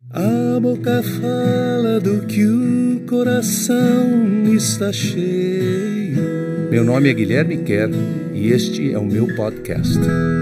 A boca fala do que o coração está cheio. Meu nome é Guilherme Kerr e este é o meu podcast.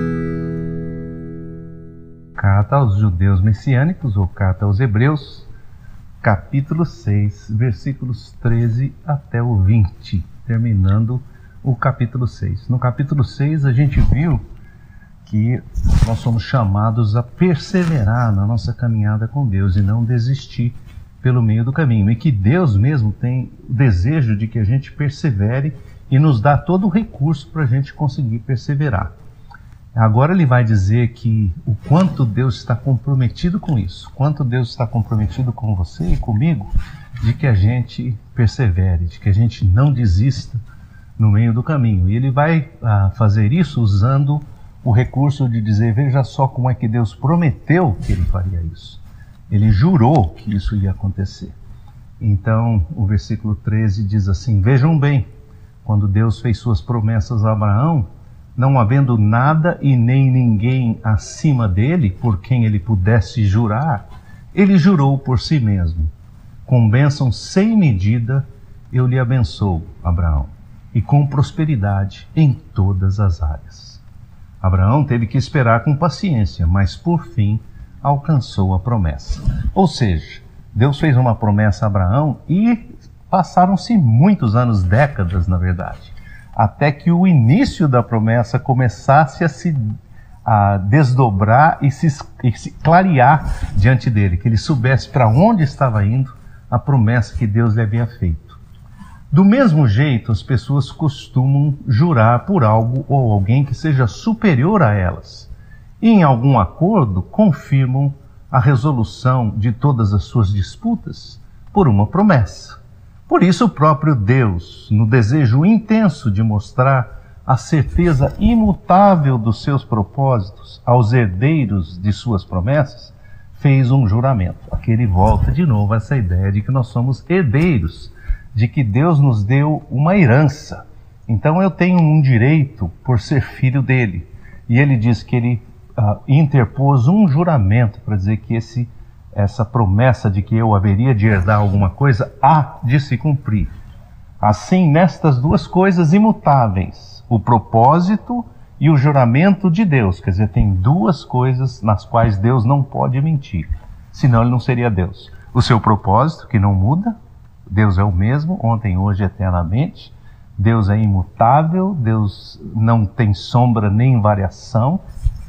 Carta aos Judeus Messiânicos, ou Carta aos Hebreus, capítulo 6, versículos 13 até o 20, terminando o capítulo 6. No capítulo 6 a gente viu que nós somos chamados a perseverar na nossa caminhada com Deus e não desistir pelo meio do caminho. E que Deus mesmo tem o desejo de que a gente persevere e nos dá todo o recurso para a gente conseguir perseverar. Agora ele vai dizer que o quanto Deus está comprometido com isso, quanto Deus está comprometido com você e comigo, de que a gente persevere, de que a gente não desista no meio do caminho. E ele vai fazer isso usando o recurso de dizer, veja só como é que Deus prometeu que ele faria isso. Ele jurou que isso ia acontecer. Então, o versículo 13 diz assim, vejam bem, quando Deus fez suas promessas a Abraão, não havendo nada e nem ninguém acima dele, por quem ele pudesse jurar, ele jurou por si mesmo. Com bênção sem medida, eu lhe abençoo, Abraão, e com prosperidade em todas as áreas. Abraão teve que esperar com paciência, mas por fim alcançou a promessa. Ou seja, Deus fez uma promessa a Abraão e passaram-se muitos anos, décadas na verdade, até que o início da promessa começasse a desdobrar e se clarear diante dele, que ele soubesse para onde estava indo a promessa que Deus lhe havia feito. Do mesmo jeito, as pessoas costumam jurar por algo ou alguém que seja superior a elas. E em algum acordo, confirmam a resolução de todas as suas disputas por uma promessa. Por isso, o próprio Deus, no desejo intenso de mostrar a certeza imutável dos seus propósitos aos herdeiros de suas promessas, fez um juramento. Aqui ele volta de novo a essa ideia de que nós somos herdeiros, de que Deus nos deu uma herança. Então eu tenho um direito por ser filho dele. E ele diz que ele interpôs um juramento para dizer que essa promessa de que eu haveria de herdar alguma coisa há de se cumprir. Assim, nestas duas coisas imutáveis, o propósito e o juramento de Deus, quer dizer, tem duas coisas nas quais Deus não pode mentir, senão ele não seria Deus. O seu propósito, que não muda, Deus é o mesmo, ontem, hoje, eternamente. Deus é imutável, Deus não tem sombra nem variação.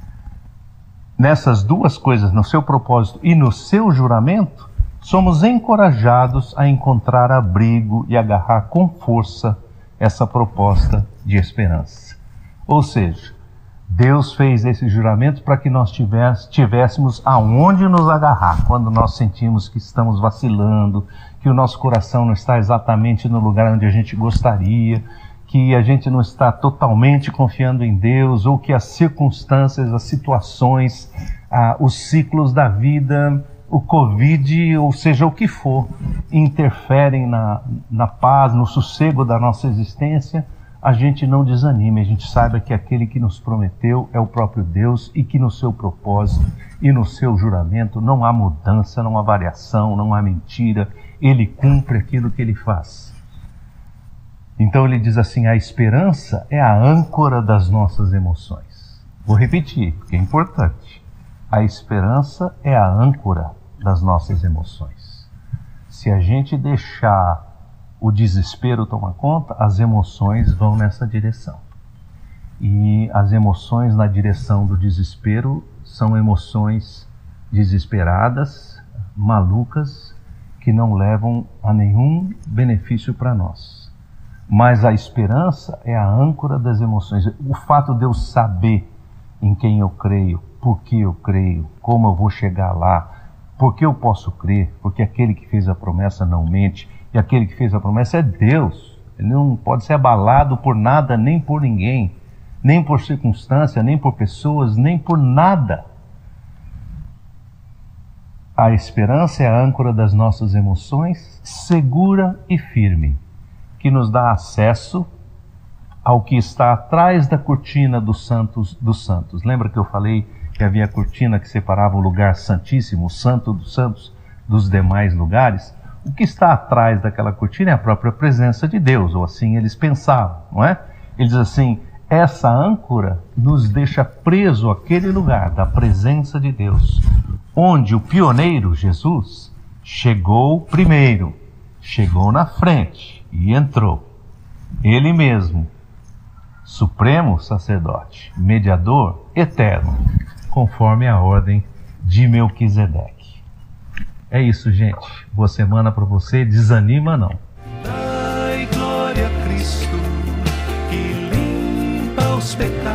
Nessas duas coisas, no seu propósito e no seu juramento, somos encorajados a encontrar abrigo e agarrar com força essa proposta de esperança. Ou seja, Deus fez esse juramento para que nós tivéssemos aonde nos agarrar quando nós sentimos que estamos vacilando, que o nosso coração não está exatamente no lugar onde a gente gostaria, que a gente não está totalmente confiando em Deus, ou que as circunstâncias, as situações, os ciclos da vida, o Covid, ou seja, o que for, interferem na paz, no sossego da nossa existência. A gente não desanime, a gente saiba que aquele que nos prometeu é o próprio Deus e que no seu propósito e no seu juramento não há mudança, não há variação, não há mentira. Ele cumpre aquilo que ele faz. Então ele diz assim, a esperança é a âncora das nossas emoções. Vou repetir, porque é importante. A esperança é a âncora das nossas emoções. Se a gente deixar o desespero tomar conta, as emoções vão nessa direção. E as emoções na direção do desespero são emoções desesperadas, malucas, que não levam a nenhum benefício para nós. Mas a esperança é a âncora das emoções. O fato de eu saber em quem eu creio, por que eu creio, como eu vou chegar lá, por que eu posso crer, porque aquele que fez a promessa não mente, e aquele que fez a promessa é Deus. Ele não pode ser abalado por nada, nem por ninguém, nem por circunstância, nem por pessoas, nem por nada. A esperança é a âncora das nossas emoções, segura e firme, que nos dá acesso ao que está atrás da cortina dos santos. Lembra que eu falei que havia a cortina que separava o lugar santíssimo, o santo dos santos, dos demais lugares, o que está atrás daquela cortina é a própria presença de Deus, ou assim eles pensavam, não é? Eles dizem assim, essa âncora nos deixa preso àquele lugar da presença de Deus, onde o pioneiro, Jesus, chegou primeiro, chegou na frente e entrou. Ele mesmo, supremo sacerdote, mediador eterno, conforme a ordem de Melquisedeque. É isso, gente. Boa semana para você. Desanima não. Dai glória a Cristo, que limpa os pecados.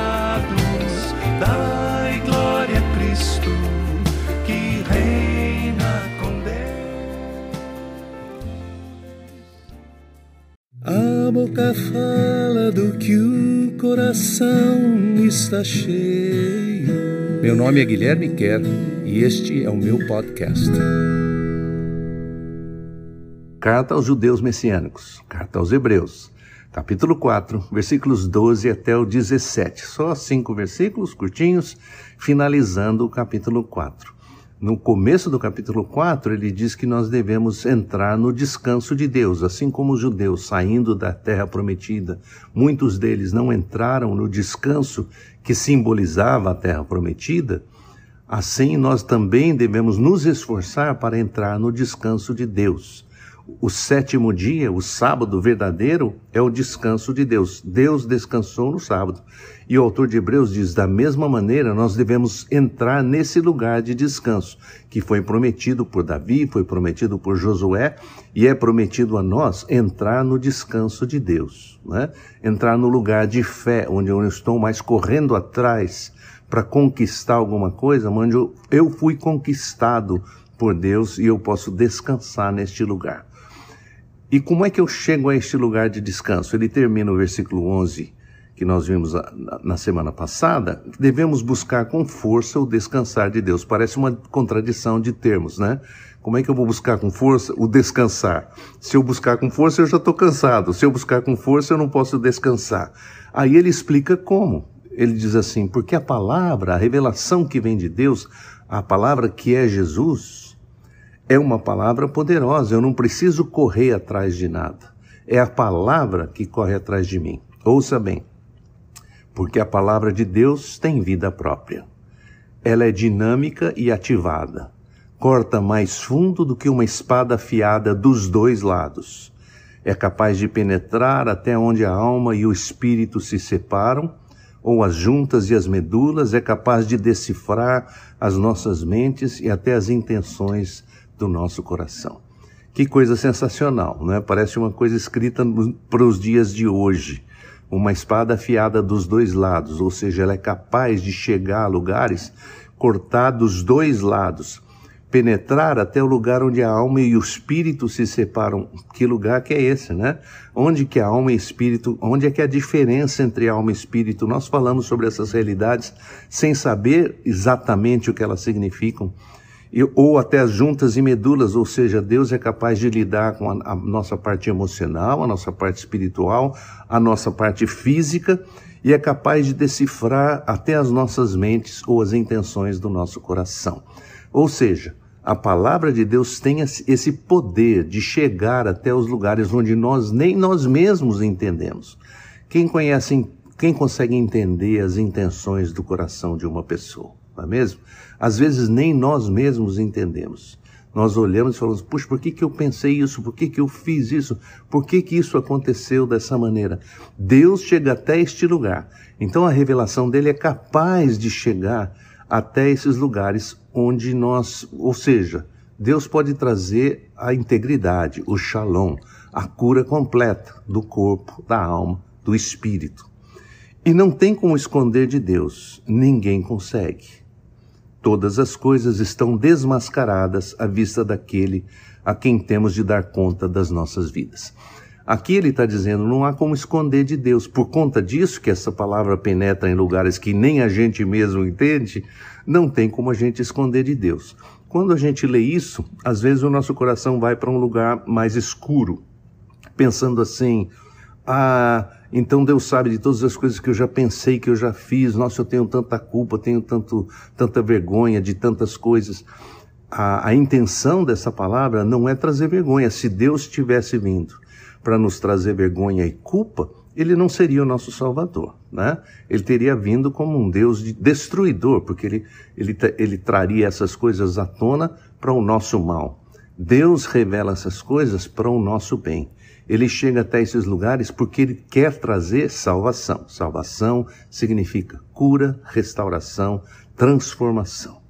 Dai glória a Cristo, que reina com Deus. A boca fala do que o coração está cheio. Meu nome é Guilherme Kerr e este é o meu podcast. Carta aos Judeus Messiânicos, Carta aos Hebreus, capítulo 4, versículos 12 até o 17. Só 5 versículos curtinhos, finalizando o capítulo 4. No começo do capítulo 4, ele diz que nós devemos entrar no descanso de Deus, assim como os judeus saindo da terra prometida, muitos deles não entraram no descanso que simbolizava a terra prometida. Assim, nós também devemos nos esforçar para entrar no descanso de Deus. O 7º dia, o sábado verdadeiro, é o descanso de Deus. Deus descansou no sábado. E o autor de Hebreus diz, da mesma maneira, nós devemos entrar nesse lugar de descanso, que foi prometido por Davi, foi prometido por Josué, e é prometido a nós entrar no descanso de Deus, né? Entrar no lugar de fé, onde eu não estou mais correndo atrás para conquistar alguma coisa, onde eu fui conquistado por Deus e eu posso descansar neste lugar. E como é que eu chego a este lugar de descanso? Ele termina o versículo 11, que nós vimos na semana passada. Devemos buscar com força o descansar de Deus. Parece uma contradição de termos, né? Como é que eu vou buscar com força o descansar? Se eu buscar com força, eu já estou cansado. Se eu buscar com força, eu não posso descansar. Aí ele explica como. Ele diz assim, porque a palavra, a revelação que vem de Deus, a palavra que é Jesus, é uma palavra poderosa. Eu não preciso correr atrás de nada. É a palavra que corre atrás de mim. Ouça bem. Porque a palavra de Deus tem vida própria. Ela é dinâmica e ativada. Corta mais fundo do que uma espada afiada dos dois lados. É capaz de penetrar até onde a alma e o espírito se separam, ou as juntas e as medulas, é capaz de decifrar as nossas mentes e até as intenções do nosso coração. Que coisa sensacional, não é? Parece uma coisa escrita para os dias de hoje. Uma espada afiada dos dois lados, ou seja, ela é capaz de chegar a lugares, cortar dos dois lados, penetrar até o lugar onde a alma e o espírito se separam. Que lugar que é esse, né? Onde que a alma e espírito, onde é que é a diferença entre alma e espírito? Nós falamos sobre essas realidades sem saber exatamente o que elas significam. Ou até as juntas e medulas, ou seja, Deus é capaz de lidar com a nossa parte emocional, a nossa parte espiritual, a nossa parte física, e é capaz de decifrar até as nossas mentes ou as intenções do nosso coração. Ou seja, a palavra de Deus tem esse poder de chegar até os lugares onde nem nós mesmos entendemos. Quem consegue entender as intenções do coração de uma pessoa, não é mesmo? Às vezes nem nós mesmos entendemos. Nós olhamos e falamos, puxa, por que eu pensei isso? Por que eu fiz isso? Por que isso aconteceu dessa maneira? Deus chega até este lugar. Então a revelação dele é capaz de chegar até esses lugares onde ou seja, Deus pode trazer a integridade, o shalom, a cura completa do corpo, da alma, do espírito. E não tem como esconder de Deus, ninguém consegue. Todas as coisas estão desmascaradas à vista daquele a quem temos de dar conta das nossas vidas. Aqui ele está dizendo, não há como esconder de Deus. Por conta disso que essa palavra penetra em lugares que nem a gente mesmo entende, não tem como a gente esconder de Deus. Quando a gente lê isso, às vezes o nosso coração vai para um lugar mais escuro, pensando assim, Então Deus sabe de todas as coisas que eu já pensei, que eu já fiz. Nossa, eu tenho tanta culpa, tenho tanta vergonha de tantas coisas. A intenção dessa palavra não é trazer vergonha. Se Deus tivesse vindo para nos trazer vergonha e culpa, Ele não seria o nosso Salvador, né? Ele teria vindo como um Deus destruidor, porque ele traria essas coisas à tona para o nosso mal. Deus revela essas coisas para o nosso bem. Ele chega até esses lugares porque Ele quer trazer salvação. Salvação significa cura, restauração, transformação.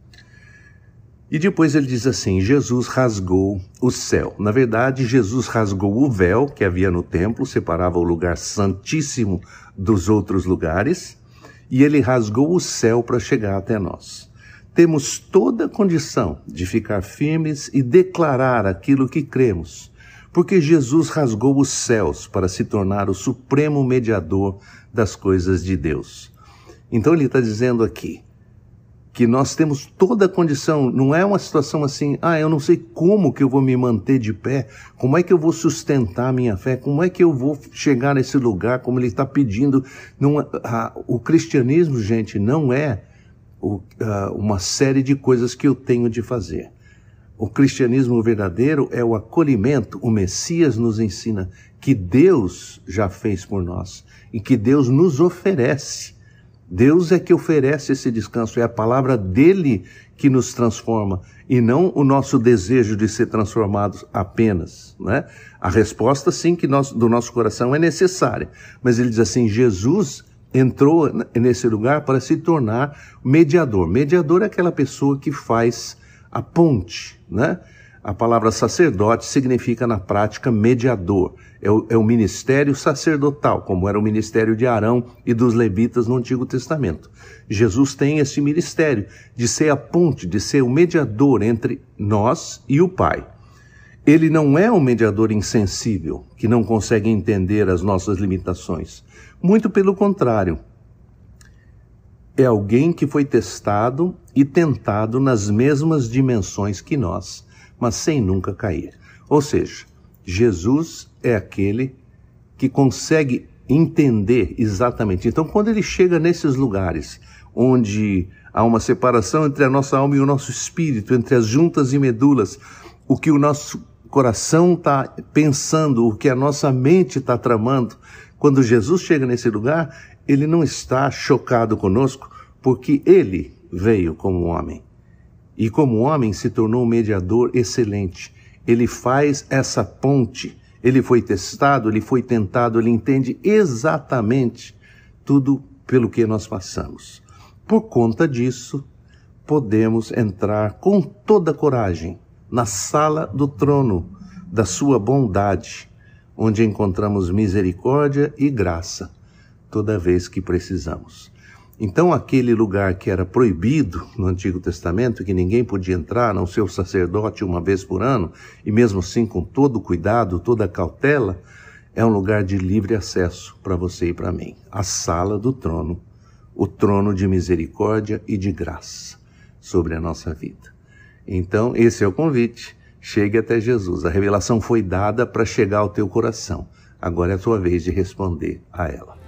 E depois ele diz assim, Jesus rasgou o céu. Na verdade, Jesus rasgou o véu que havia no templo, separava o lugar santíssimo dos outros lugares, e Ele rasgou o céu para chegar até nós. Temos toda a condição de ficar firmes e declarar aquilo que cremos, porque Jesus rasgou os céus para se tornar o supremo mediador das coisas de Deus. Então ele está dizendo aqui que nós temos toda a condição, não é uma situação assim, eu não sei como que eu vou me manter de pé, como é que eu vou sustentar a minha fé, como é que eu vou chegar nesse lugar, como ele está pedindo. O cristianismo, gente, não é uma série de coisas que eu tenho de fazer. O cristianismo verdadeiro é o acolhimento. O Messias nos ensina que Deus já fez por nós e que Deus nos oferece. Deus é que oferece esse descanso, é a palavra dele que nos transforma e não o nosso desejo de ser transformados apenas, né? A resposta, sim, do nosso coração é necessária, mas ele diz assim, Jesus entrou nesse lugar para se tornar mediador. Mediador é aquela pessoa que faz a ponte, né? A palavra sacerdote significa, na prática, mediador. É o ministério sacerdotal, como era o ministério de Arão e dos levitas no Antigo Testamento. Jesus tem esse ministério de ser a ponte, de ser o mediador entre nós e o Pai. Ele não é um mediador insensível, que não consegue entender as nossas limitações. Muito pelo contrário. É alguém que foi testado e tentado nas mesmas dimensões que nós, mas sem nunca cair. Ou seja, Jesus é aquele que consegue entender exatamente. Então, quando ele chega nesses lugares onde há uma separação entre a nossa alma e o nosso espírito, entre as juntas e medulas, o que o nosso coração está pensando, o que a nossa mente está tramando, quando Jesus chega nesse lugar, ele não está chocado conosco, porque ele veio como homem. E como homem se tornou um mediador excelente. Ele faz essa ponte. Ele foi testado, ele foi tentado, ele entende exatamente tudo pelo que nós passamos. Por conta disso, podemos entrar com toda coragem na sala do trono da sua bondade, onde encontramos misericórdia e graça toda vez que precisamos. Então, aquele lugar que era proibido no Antigo Testamento, que ninguém podia entrar, a não ser o sacerdote uma vez por ano, e mesmo assim com todo o cuidado, toda a cautela, é um lugar de livre acesso para você e para mim. A sala do trono, o trono de misericórdia e de graça sobre a nossa vida. Então, esse é o convite. Chegue até Jesus. A revelação foi dada para chegar ao teu coração. Agora é a tua vez de responder a ela.